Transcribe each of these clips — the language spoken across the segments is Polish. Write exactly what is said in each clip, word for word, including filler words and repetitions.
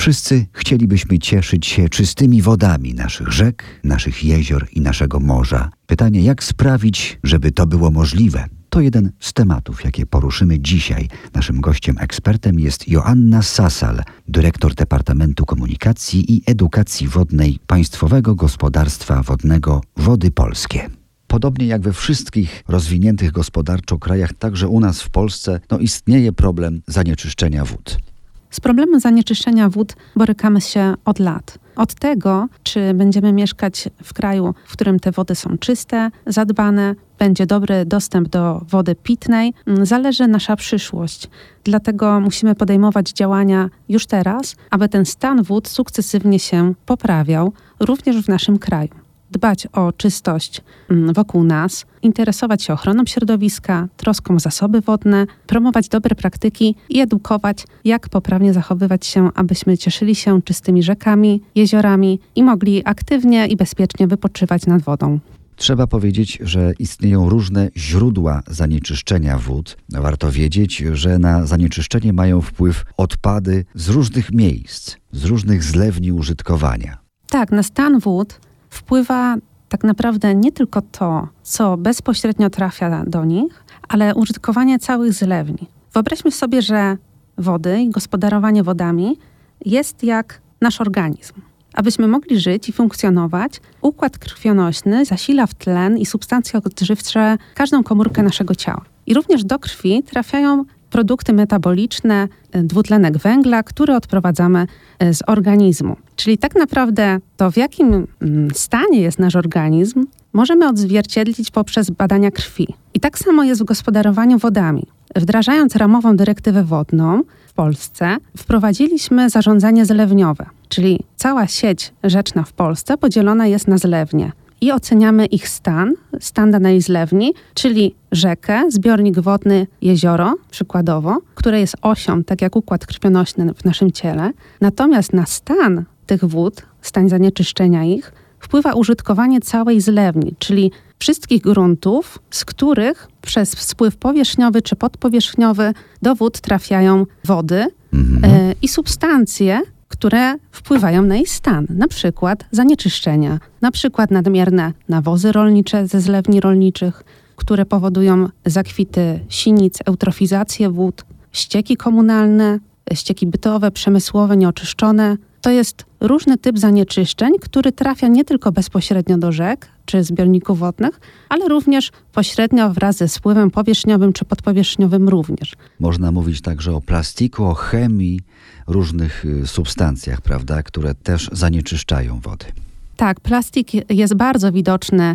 Wszyscy chcielibyśmy cieszyć się czystymi wodami naszych rzek, naszych jezior i naszego morza. Pytanie, jak sprawić, żeby to było możliwe? To jeden z tematów, jakie poruszymy dzisiaj. Naszym gościem, ekspertem jest Joanna Sasal, dyrektor Departamentu Komunikacji i Edukacji Wodnej Państwowego Gospodarstwa Wodnego Wody Polskie. Podobnie jak we wszystkich rozwiniętych gospodarczo krajach, także u nas w Polsce no, istnieje problem zanieczyszczenia wód. Z problemem zanieczyszczenia wód borykamy się od lat. Od tego, czy będziemy mieszkać w kraju, w którym te wody są czyste, zadbane, będzie dobry dostęp do wody pitnej, zależy nasza przyszłość. Dlatego musimy podejmować działania już teraz, aby ten stan wód sukcesywnie się poprawiał, również w naszym kraju. Dbać o czystość wokół nas, interesować się ochroną środowiska, troską o zasoby wodne, promować dobre praktyki i edukować, jak poprawnie zachowywać się, abyśmy cieszyli się czystymi rzekami, jeziorami i mogli aktywnie i bezpiecznie wypoczywać nad wodą. Trzeba powiedzieć, że istnieją różne źródła zanieczyszczenia wód. Warto wiedzieć, że na zanieczyszczenie mają wpływ odpady z różnych miejsc, z różnych zlewni użytkowania. Tak, na stan wód wpływa tak naprawdę nie tylko to, co bezpośrednio trafia do nich, ale użytkowanie całych zlewni. Wyobraźmy sobie, że wody i gospodarowanie wodami jest jak nasz organizm. Abyśmy mogli żyć i funkcjonować, układ krwionośny zasila w tlen i substancje odżywcze każdą komórkę naszego ciała. I również do krwi trafiają produkty metaboliczne, dwutlenek węgla, który odprowadzamy z organizmu. Czyli tak naprawdę to, w jakim stanie jest nasz organizm, możemy odzwierciedlić poprzez badania krwi. I tak samo jest w gospodarowaniu wodami. Wdrażając ramową dyrektywę wodną w Polsce, wprowadziliśmy zarządzanie zlewniowe, czyli cała sieć rzeczna w Polsce podzielona jest na zlewnie. I oceniamy ich stan, stan danej zlewni, czyli rzekę, zbiornik wodny, jezioro, przykładowo, które jest osią, tak jak układ krwionośny w naszym ciele. Natomiast na stan tych wód, stan zanieczyszczenia ich, wpływa użytkowanie całej zlewni, czyli wszystkich gruntów, z których przez spływ powierzchniowy czy podpowierzchniowy do wód trafiają wody mhm. y, i substancje, które wpływają na ich stan, na przykład zanieczyszczenia, na przykład nadmierne nawozy rolnicze ze zlewni rolniczych, które powodują zakwity sinic, eutrofizację wód, ścieki komunalne, ścieki bytowe, przemysłowe, nieoczyszczone. To jest różny typ zanieczyszczeń, który trafia nie tylko bezpośrednio do rzek czy zbiorników wodnych, ale również pośrednio wraz ze spływem powierzchniowym czy podpowierzchniowym również. Można mówić także o plastiku, o chemii, różnych substancjach, prawda, które też zanieczyszczają wody. Tak, plastik jest bardzo widoczny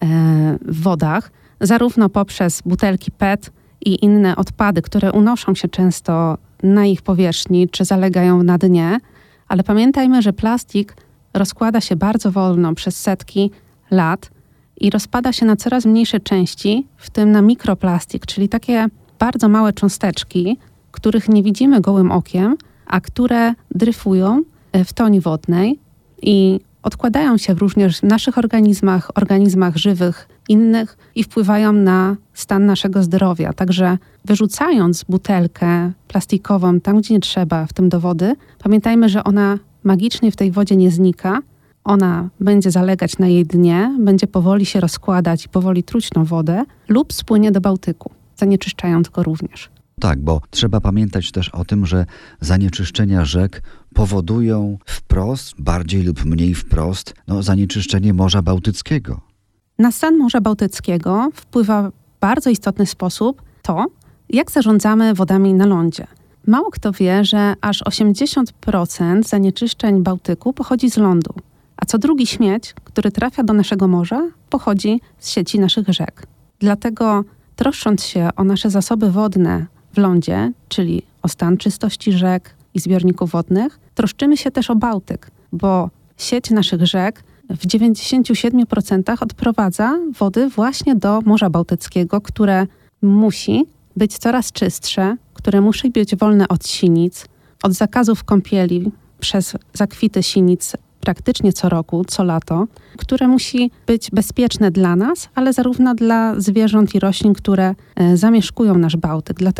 w wodach, zarówno poprzez butelki P E T i inne odpady, które unoszą się często na ich powierzchni czy zalegają na dnie, ale pamiętajmy, że plastik rozkłada się bardzo wolno przez setki lat i rozpada się na coraz mniejsze części, w tym na mikroplastik, czyli takie bardzo małe cząsteczki, których nie widzimy gołym okiem, a które dryfują w toni wodnej i odkładają się również w naszych organizmach, organizmach żywych innych i wpływają na stan naszego zdrowia. Także wyrzucając butelkę plastikową tam, gdzie nie trzeba, w tym do wody, pamiętajmy, że ona magicznie w tej wodzie nie znika. Ona będzie zalegać na jej dnie, będzie powoli się rozkładać i powoli truć tą wodę lub spłynie do Bałtyku, zanieczyszczając go również. Tak, bo trzeba pamiętać też o tym, że zanieczyszczenia rzek powodują wprost, bardziej lub mniej wprost, no, zanieczyszczenie Morza Bałtyckiego. Na stan Morza Bałtyckiego wpływa w bardzo istotny sposób to, jak zarządzamy wodami na lądzie. Mało kto wie, że aż osiemdziesiąt procent zanieczyszczeń Bałtyku pochodzi z lądu, a co drugi śmieć, który trafia do naszego morza, pochodzi z sieci naszych rzek. Dlatego troszcząc się o nasze zasoby wodne w lądzie, czyli o stan czystości rzek i zbiorników wodnych, troszczymy się też o Bałtyk, bo sieć naszych rzek w dziewięćdziesięciu siedmiu procentach odprowadza wody właśnie do Morza Bałtyckiego, które musi być coraz czystsze, które musi być wolne od sinic, od zakazów kąpieli przez zakwity sinic praktycznie co roku, co lato, które musi być bezpieczne dla nas, ale zarówno dla zwierząt i roślin, które zamieszkują nasz Bałtyk. Dlatego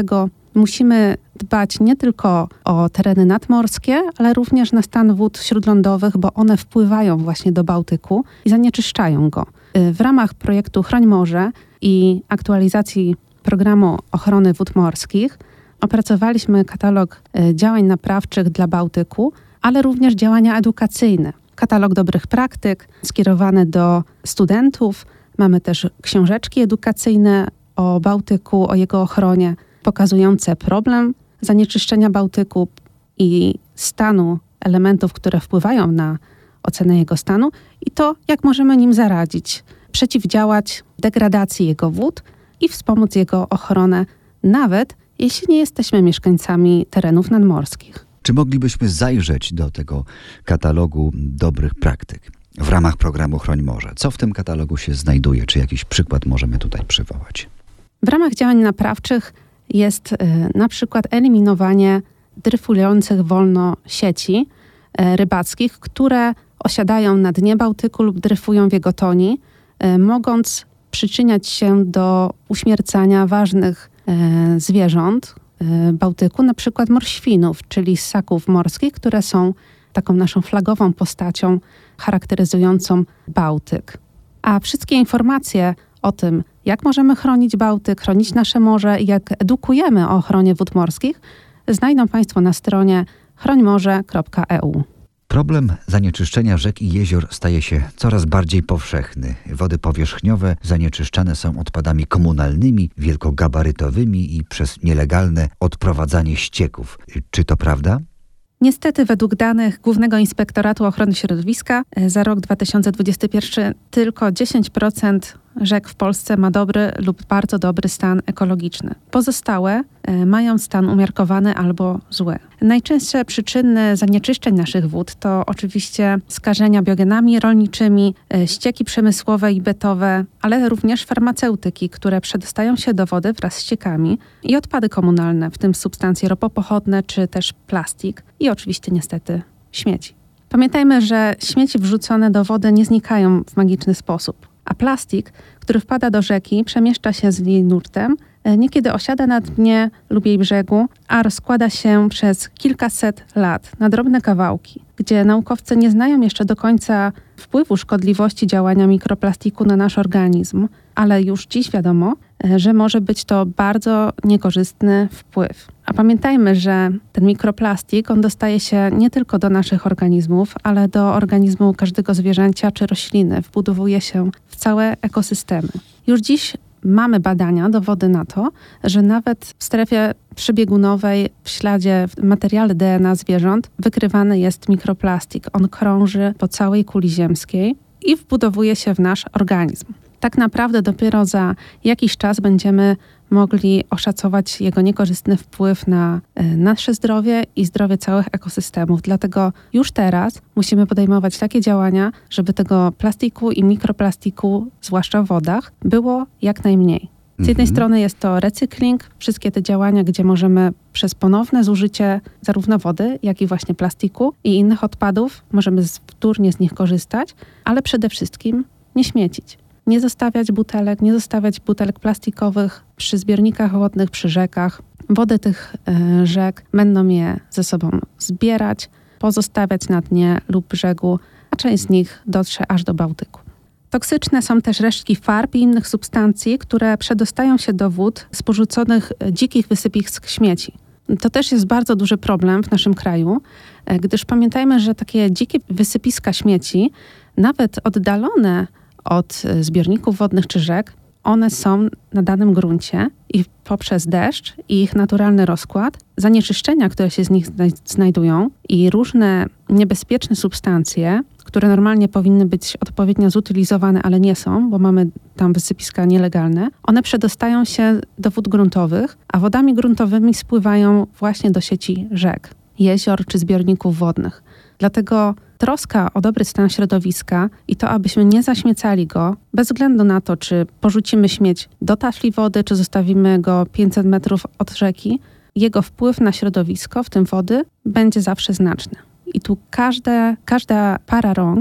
musimy dbać nie tylko o tereny nadmorskie, ale również na stan wód śródlądowych, bo one wpływają właśnie do Bałtyku i zanieczyszczają go. W ramach projektu Chroń Morze i aktualizacji programu ochrony wód morskich opracowaliśmy katalog działań naprawczych dla Bałtyku, ale również działania edukacyjne. Katalog dobrych praktyk skierowany do studentów. Mamy też książeczki edukacyjne o Bałtyku, o jego ochronie, pokazujące problem zanieczyszczenia Bałtyku i stanu elementów, które wpływają na ocenę jego stanu i to, jak możemy nim zaradzić, przeciwdziałać degradacji jego wód i wspomóc jego ochronę, nawet jeśli nie jesteśmy mieszkańcami terenów nadmorskich. Czy moglibyśmy zajrzeć do tego katalogu dobrych praktyk w ramach programu Chroń Morze? Co w tym katalogu się znajduje? Czy jakiś przykład możemy tutaj przywołać? W ramach działań naprawczych jest y, na przykład eliminowanie dryfujących wolno sieci y, rybackich, które osiadają na dnie Bałtyku lub dryfują w jego toni, y, mogąc przyczyniać się do uśmiercania ważnych y, zwierząt y, Bałtyku, na przykład morświnów, czyli ssaków morskich, które są taką naszą flagową postacią charakteryzującą Bałtyk. A wszystkie informacje o tym, jak możemy chronić Bałtyk, chronić nasze morze i jak edukujemy o ochronie wód morskich, znajdą Państwo na stronie chroń morze kropka e u. Problem zanieczyszczenia rzek i jezior staje się coraz bardziej powszechny. Wody powierzchniowe zanieczyszczane są odpadami komunalnymi, wielkogabarytowymi i przez nielegalne odprowadzanie ścieków. Czy to prawda? Niestety według danych Głównego Inspektoratu Ochrony Środowiska za rok dwa tysiące dwudziesty pierwszy tylko dziesięć procent rzek w Polsce ma dobry lub bardzo dobry stan ekologiczny. Pozostałe e, mają stan umiarkowany albo zły. Najczęstsze przyczyny zanieczyszczeń naszych wód to oczywiście skażenia biogenami rolniczymi, e, ścieki przemysłowe i bytowe, ale również farmaceutyki, które przedostają się do wody wraz z ściekami i odpady komunalne, w tym substancje ropopochodne czy też plastik i oczywiście niestety śmieci. Pamiętajmy, że śmieci wrzucone do wody nie znikają w magiczny sposób. A plastik, który wpada do rzeki, przemieszcza się z jej nurtem, niekiedy osiada na dnie lub jej brzegu, a rozkłada się przez kilkaset lat na drobne kawałki, gdzie naukowcy nie znają jeszcze do końca wpływu szkodliwości działania mikroplastiku na nasz organizm, ale już dziś wiadomo, że może być to bardzo niekorzystny wpływ. A pamiętajmy, że ten mikroplastik, on dostaje się nie tylko do naszych organizmów, ale do organizmu każdego zwierzęcia czy rośliny. Wbudowuje się w całe ekosystemy. Już dziś mamy badania, dowody na to, że nawet w strefie przybiegunowej, w śladzie, w materiale D N A zwierząt wykrywany jest mikroplastik. On krąży po całej kuli ziemskiej i wbudowuje się w nasz organizm. Tak naprawdę dopiero za jakiś czas będziemy mogli oszacować jego niekorzystny wpływ na nasze zdrowie i zdrowie całych ekosystemów. Dlatego już teraz musimy podejmować takie działania, żeby tego plastiku i mikroplastiku, zwłaszcza w wodach, było jak najmniej. Z jednej mhm. strony jest to recykling, wszystkie te działania, gdzie możemy przez ponowne zużycie zarówno wody, jak i właśnie plastiku i innych odpadów, możemy wtórnie z nich korzystać, ale przede wszystkim nie śmiecić. Nie zostawiać butelek, nie zostawiać butelek plastikowych przy zbiornikach wodnych, przy rzekach. Wody tych y, rzek będą je ze sobą zbierać, pozostawiać na dnie lub brzegu, a część z nich dotrze aż do Bałtyku. Toksyczne są też resztki farb i innych substancji, które przedostają się do wód z porzuconych dzikich wysypisk śmieci. To też jest bardzo duży problem w naszym kraju, gdyż pamiętajmy, że takie dzikie wysypiska śmieci, nawet oddalone od zbiorników wodnych czy rzek, one są na danym gruncie i poprzez deszcz i ich naturalny rozkład, zanieczyszczenia, które się z nich znajdują i różne niebezpieczne substancje, które normalnie powinny być odpowiednio zutylizowane, ale nie są, bo mamy tam wysypiska nielegalne, one przedostają się do wód gruntowych, a wodami gruntowymi spływają właśnie do sieci rzek, jezior czy zbiorników wodnych. Dlatego troska o dobry stan środowiska i to, abyśmy nie zaśmiecali go, bez względu na to, czy porzucimy śmieć do tafli wody, czy zostawimy go pięćset metrów od rzeki, jego wpływ na środowisko, w tym wody, będzie zawsze znaczny. I tu każde, każda para rąk,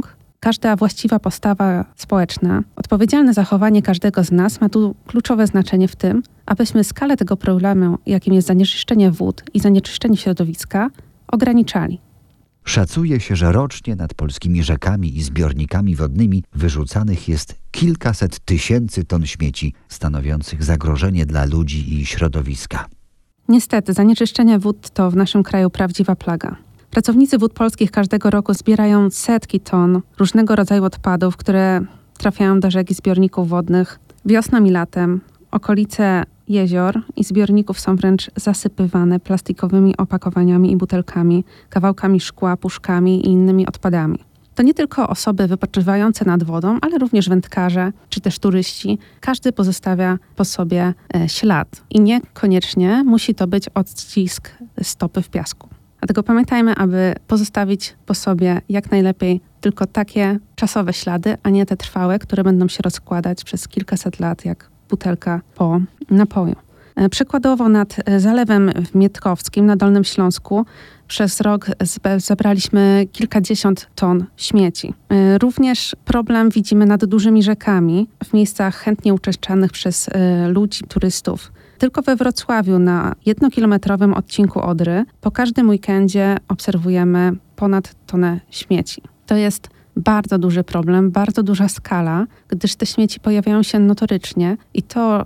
każda właściwa postawa społeczna, odpowiedzialne zachowanie każdego z nas ma tu kluczowe znaczenie w tym, abyśmy skalę tego problemu, jakim jest zanieczyszczenie wód i zanieczyszczenie środowiska, ograniczali. Szacuje się, że rocznie nad polskimi rzekami i zbiornikami wodnymi wyrzucanych jest kilkaset tysięcy ton śmieci, stanowiących zagrożenie dla ludzi i środowiska. Niestety, zanieczyszczenie wód to w naszym kraju prawdziwa plaga. Pracownicy Wód Polskich każdego roku zbierają setki ton różnego rodzaju odpadów, które trafiają do rzek i zbiorników wodnych wiosną i latem. Okolice jezior i zbiorników są wręcz zasypywane plastikowymi opakowaniami i butelkami, kawałkami szkła, puszkami i innymi odpadami. To nie tylko osoby wypoczywające nad wodą, ale również wędkarze czy też turyści. Każdy pozostawia po sobie e, ślad i niekoniecznie musi to być odcisk stopy w piasku. Dlatego pamiętajmy, aby pozostawić po sobie jak najlepiej tylko takie czasowe ślady, a nie te trwałe, które będą się rozkładać przez kilkaset lat, jak butelka po napoju. Przykładowo nad Zalewem Mietkowskim na Dolnym Śląsku przez rok zebraliśmy kilkadziesiąt ton śmieci. Również problem widzimy nad dużymi rzekami, w miejscach chętnie uczęszczanych przez ludzi, turystów. Tylko we Wrocławiu na jednokilometrowym odcinku Odry po każdym weekendzie obserwujemy ponad tonę śmieci. To jest bardzo duży problem, bardzo duża skala, gdyż te śmieci pojawiają się notorycznie i to,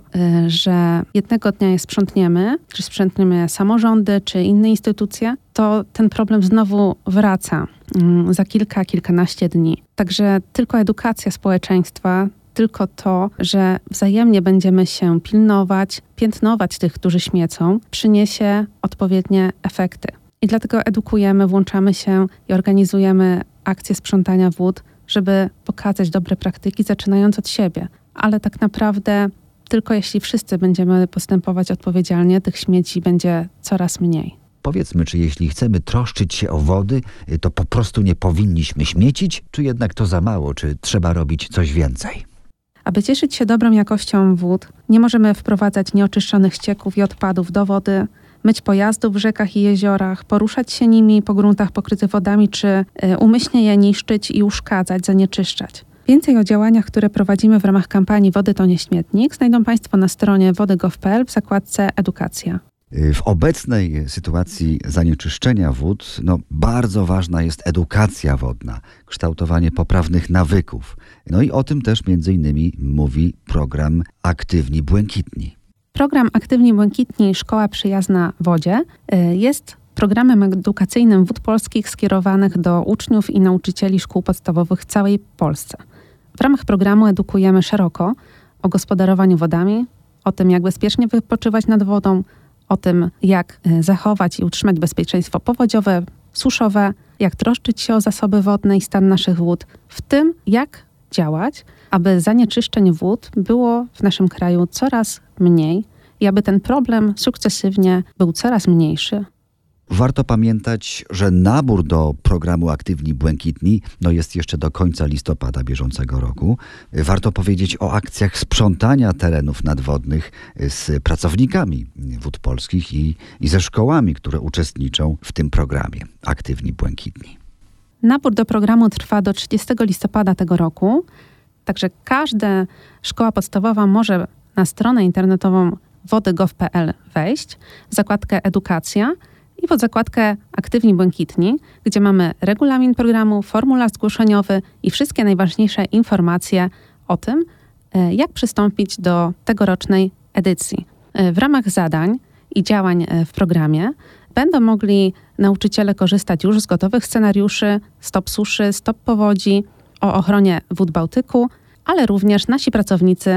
że jednego dnia je sprzątniemy, czy sprzątniemy samorządy, czy inne instytucje, to ten problem znowu wraca za kilka, kilkanaście dni. Także tylko edukacja społeczeństwa, tylko to, że wzajemnie będziemy się pilnować, piętnować tych, którzy śmiecą, przyniesie odpowiednie efekty. I dlatego edukujemy, włączamy się i organizujemy akcje sprzątania wód, żeby pokazać dobre praktyki, zaczynając od siebie. Ale tak naprawdę tylko jeśli wszyscy będziemy postępować odpowiedzialnie, tych śmieci będzie coraz mniej. Powiedzmy, czy jeśli chcemy troszczyć się o wody, to po prostu nie powinniśmy śmiecić, czy jednak to za mało, czy trzeba robić coś więcej? Aby cieszyć się dobrą jakością wód, nie możemy wprowadzać nieoczyszczonych ścieków i odpadów do wody, myć pojazdów w rzekach i jeziorach, poruszać się nimi po gruntach pokrytych wodami, czy y, umyślnie je niszczyć i uszkadzać, zanieczyszczać. Więcej o działaniach, które prowadzimy w ramach kampanii Wody to nie śmietnik, znajdą Państwo na stronie wody kropka gov kropka p l w zakładce Edukacja. W obecnej sytuacji zanieczyszczenia wód no, bardzo ważna jest edukacja wodna, kształtowanie poprawnych nawyków. No i o tym też między innymi mówi program Aktywni Błękitni. Program Aktywni Błękitni Szkoła Przyjazna Wodzie jest programem edukacyjnym Wód Polskich skierowanych do uczniów i nauczycieli szkół podstawowych w całej Polsce. W ramach programu edukujemy szeroko o gospodarowaniu wodami, o tym, jak bezpiecznie wypoczywać nad wodą, o tym, jak zachować i utrzymać bezpieczeństwo powodziowe, suszowe, jak troszczyć się o zasoby wodne i stan naszych wód, w tym jak działać, aby zanieczyszczeń wód było w naszym kraju coraz mniej i aby ten problem sukcesywnie był coraz mniejszy. Warto pamiętać, że nabór do programu Aktywni Błękitni no jest jeszcze do końca listopada bieżącego roku. Warto powiedzieć o akcjach sprzątania terenów nadwodnych z pracownikami Wód Polskich i, i ze szkołami, które uczestniczą w tym programie Aktywni Błękitni. Nabór do programu trwa do trzydziestego listopada tego roku, także każda szkoła podstawowa może na stronę internetową wody kropka gov kropka p l wejść, w zakładkę Edukacja i pod zakładkę Aktywni Błękitni, gdzie mamy regulamin programu, formularz zgłoszeniowy i wszystkie najważniejsze informacje o tym, jak przystąpić do tegorocznej edycji. W ramach zadań i działań w programie będą mogli nauczyciele korzystać już z gotowych scenariuszy Stop Suszy, Stop Powodzi, o ochronie wód Bałtyku, ale również nasi pracownicy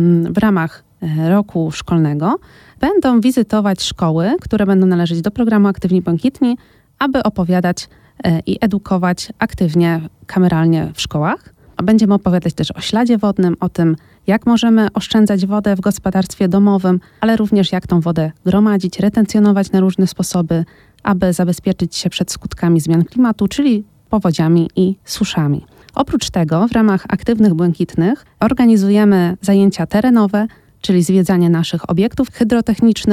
w ramach roku szkolnego będą wizytować szkoły, które będą należeć do programu Aktywni Błękitni, aby opowiadać i edukować aktywnie, kameralnie w szkołach. Będziemy opowiadać też o śladzie wodnym, o tym, jak możemy oszczędzać wodę w gospodarstwie domowym, ale również jak tą wodę gromadzić, retencjonować na różne sposoby, aby zabezpieczyć się przed skutkami zmian klimatu, czyli powodziami i suszami. Oprócz tego w ramach Aktywnych Błękitnych organizujemy zajęcia terenowe, czyli zwiedzanie naszych obiektów hydrotechnicznych,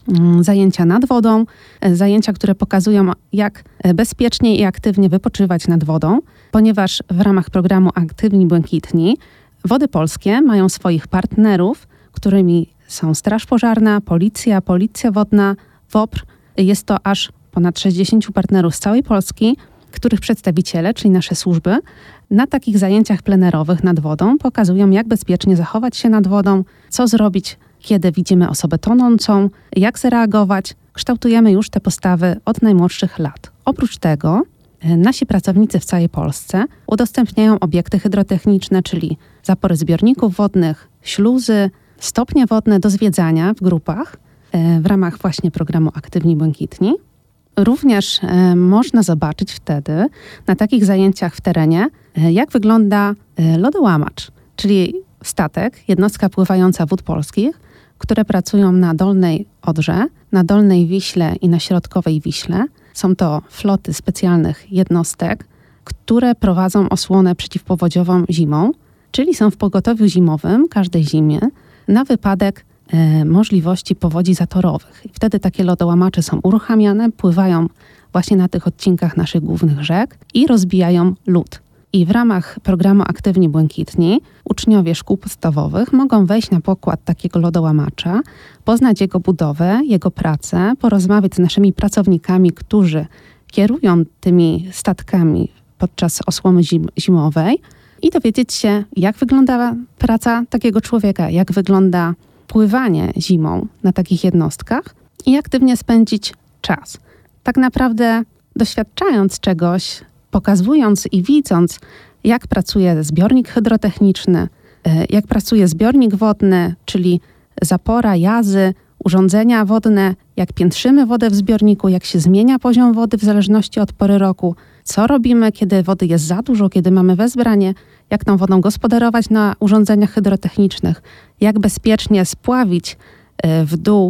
zajęcia nad wodą, zajęcia, które pokazują, jak bezpiecznie i aktywnie wypoczywać nad wodą, ponieważ w ramach programu Aktywni Błękitni Wody Polskie mają swoich partnerów, którymi są Straż Pożarna, Policja, Policja Wodna, W O P R. Jest to aż ponad sześćdziesięciu partnerów z całej Polski, których przedstawiciele, czyli nasze służby, na takich zajęciach plenerowych nad wodą pokazują, jak bezpiecznie zachować się nad wodą, co zrobić, kiedy widzimy osobę tonącą, jak zareagować. Kształtujemy już te postawy od najmłodszych lat. Oprócz tego nasi pracownicy w całej Polsce udostępniają obiekty hydrotechniczne, czyli zapory zbiorników wodnych, śluzy, stopnie wodne do zwiedzania w grupach w ramach właśnie programu Aktywni Błękitni. Również e, można zobaczyć wtedy na takich zajęciach w terenie, e, jak wygląda e, lodołamacz, czyli statek, jednostka pływająca Wód Polskich, które pracują na Dolnej Odrze, na Dolnej Wiśle i na Środkowej Wiśle. Są to floty specjalnych jednostek, które prowadzą osłonę przeciwpowodziową zimą, czyli są w pogotowiu zimowym każdej zimie na wypadek e, możliwości powodzi zatorowych. I wtedy takie lodołamacze są uruchamiane, pływają właśnie na tych odcinkach naszych głównych rzek i rozbijają lód. I w ramach programu Aktywni Błękitni uczniowie szkół podstawowych mogą wejść na pokład takiego lodołamacza, poznać jego budowę, jego pracę, porozmawiać z naszymi pracownikami, którzy kierują tymi statkami podczas osłony zim- zimowej i dowiedzieć się, jak wygląda praca takiego człowieka, jak wygląda pływanie zimą na takich jednostkach i aktywnie spędzić czas. Tak naprawdę doświadczając czegoś, pokazując i widząc, jak pracuje zbiornik hydrotechniczny, jak pracuje zbiornik wodny, czyli zapora, jazy, urządzenia wodne, jak piętrzymy wodę w zbiorniku, jak się zmienia poziom wody w zależności od pory roku, co robimy, kiedy wody jest za dużo, kiedy mamy wezbranie, jak tą wodą gospodarować na urządzeniach hydrotechnicznych, jak bezpiecznie spławić w dół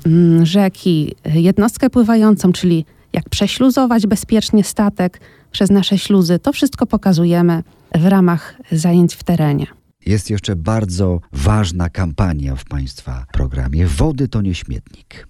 rzeki jednostkę pływającą, czyli jak prześluzować bezpiecznie statek przez nasze śluzy. To wszystko pokazujemy w ramach zajęć w terenie. Jest jeszcze bardzo ważna kampania w Państwa programie Wody to nie śmietnik.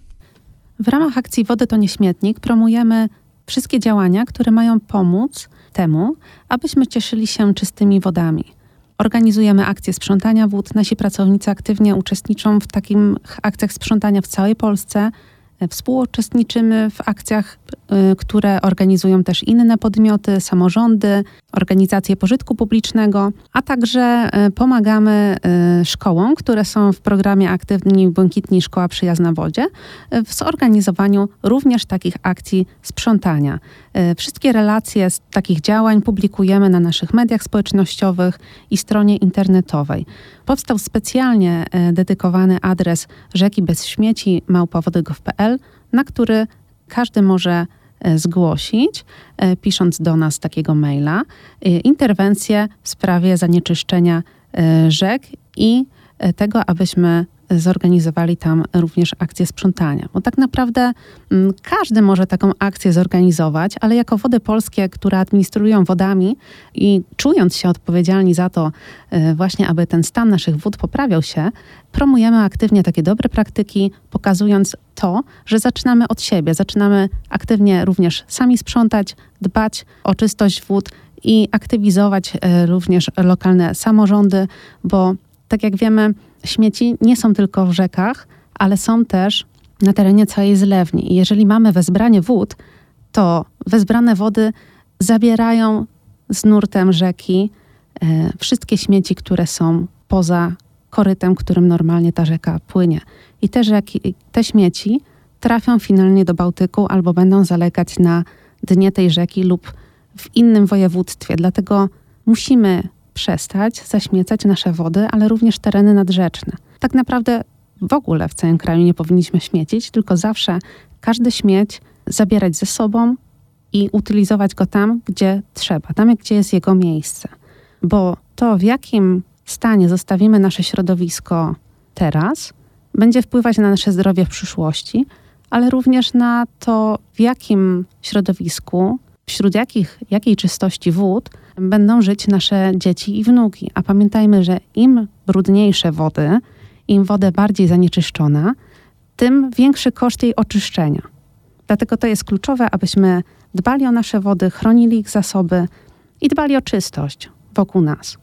W ramach akcji Wody to nie śmietnik promujemy wszystkie działania, które mają pomóc temu, abyśmy cieszyli się czystymi wodami. Organizujemy akcje sprzątania wód. Nasi pracownicy aktywnie uczestniczą w takich akcjach sprzątania w całej Polsce. Współuczestniczymy w akcjach, y, które organizują też inne podmioty, samorządy, organizacje pożytku publicznego, a także y, pomagamy y, szkołom, które są w programie Aktywni Błękitni Szkoła Przyjazna Wodzie, y, w zorganizowaniu również takich akcji sprzątania. Y, wszystkie relacje z takich działań publikujemy na naszych mediach społecznościowych i stronie internetowej. Powstał specjalnie y, dedykowany adres rzeki bez śmieci małpa wody kropka gov kropka pe el, na który każdy może zgłosić, pisząc do nas takiego maila, interwencje w sprawie zanieczyszczenia rzek i tego, abyśmy zorganizowali tam również akcję sprzątania. Bo tak naprawdę m, każdy może taką akcję zorganizować, ale jako Wody Polskie, które administrują wodami i czując się odpowiedzialni za to y, właśnie, aby ten stan naszych wód poprawiał się, promujemy aktywnie takie dobre praktyki, pokazując to, że zaczynamy od siebie, zaczynamy aktywnie również sami sprzątać, dbać o czystość wód i aktywizować y, również lokalne samorządy, bo tak jak wiemy, śmieci nie są tylko w rzekach, ale są też na terenie całej zlewni. I jeżeli mamy wezbranie wód, to wezbrane wody zabierają z nurtem rzeki e, wszystkie śmieci, które są poza korytem, którym normalnie ta rzeka płynie. I te, rzeki, te śmieci trafią finalnie do Bałtyku albo będą zalegać na dnie tej rzeki lub w innym województwie. Dlatego musimy przestać zaśmiecać nasze wody, ale również tereny nadrzeczne. Tak naprawdę w ogóle w całym kraju nie powinniśmy śmiecić, tylko zawsze każdy śmieć zabierać ze sobą i utylizować go tam, gdzie trzeba, tam, gdzie jest jego miejsce. Bo to, w jakim stanie zostawimy nasze środowisko teraz, będzie wpływać na nasze zdrowie w przyszłości, ale również na to, w jakim środowisku, wśród jakich, jakiej czystości wód będą żyć nasze dzieci i wnuki. A pamiętajmy, że im brudniejsze wody, im woda bardziej zanieczyszczona, tym większy koszt jej oczyszczenia. Dlatego to jest kluczowe, abyśmy dbali o nasze wody, chronili ich zasoby i dbali o czystość wokół nas.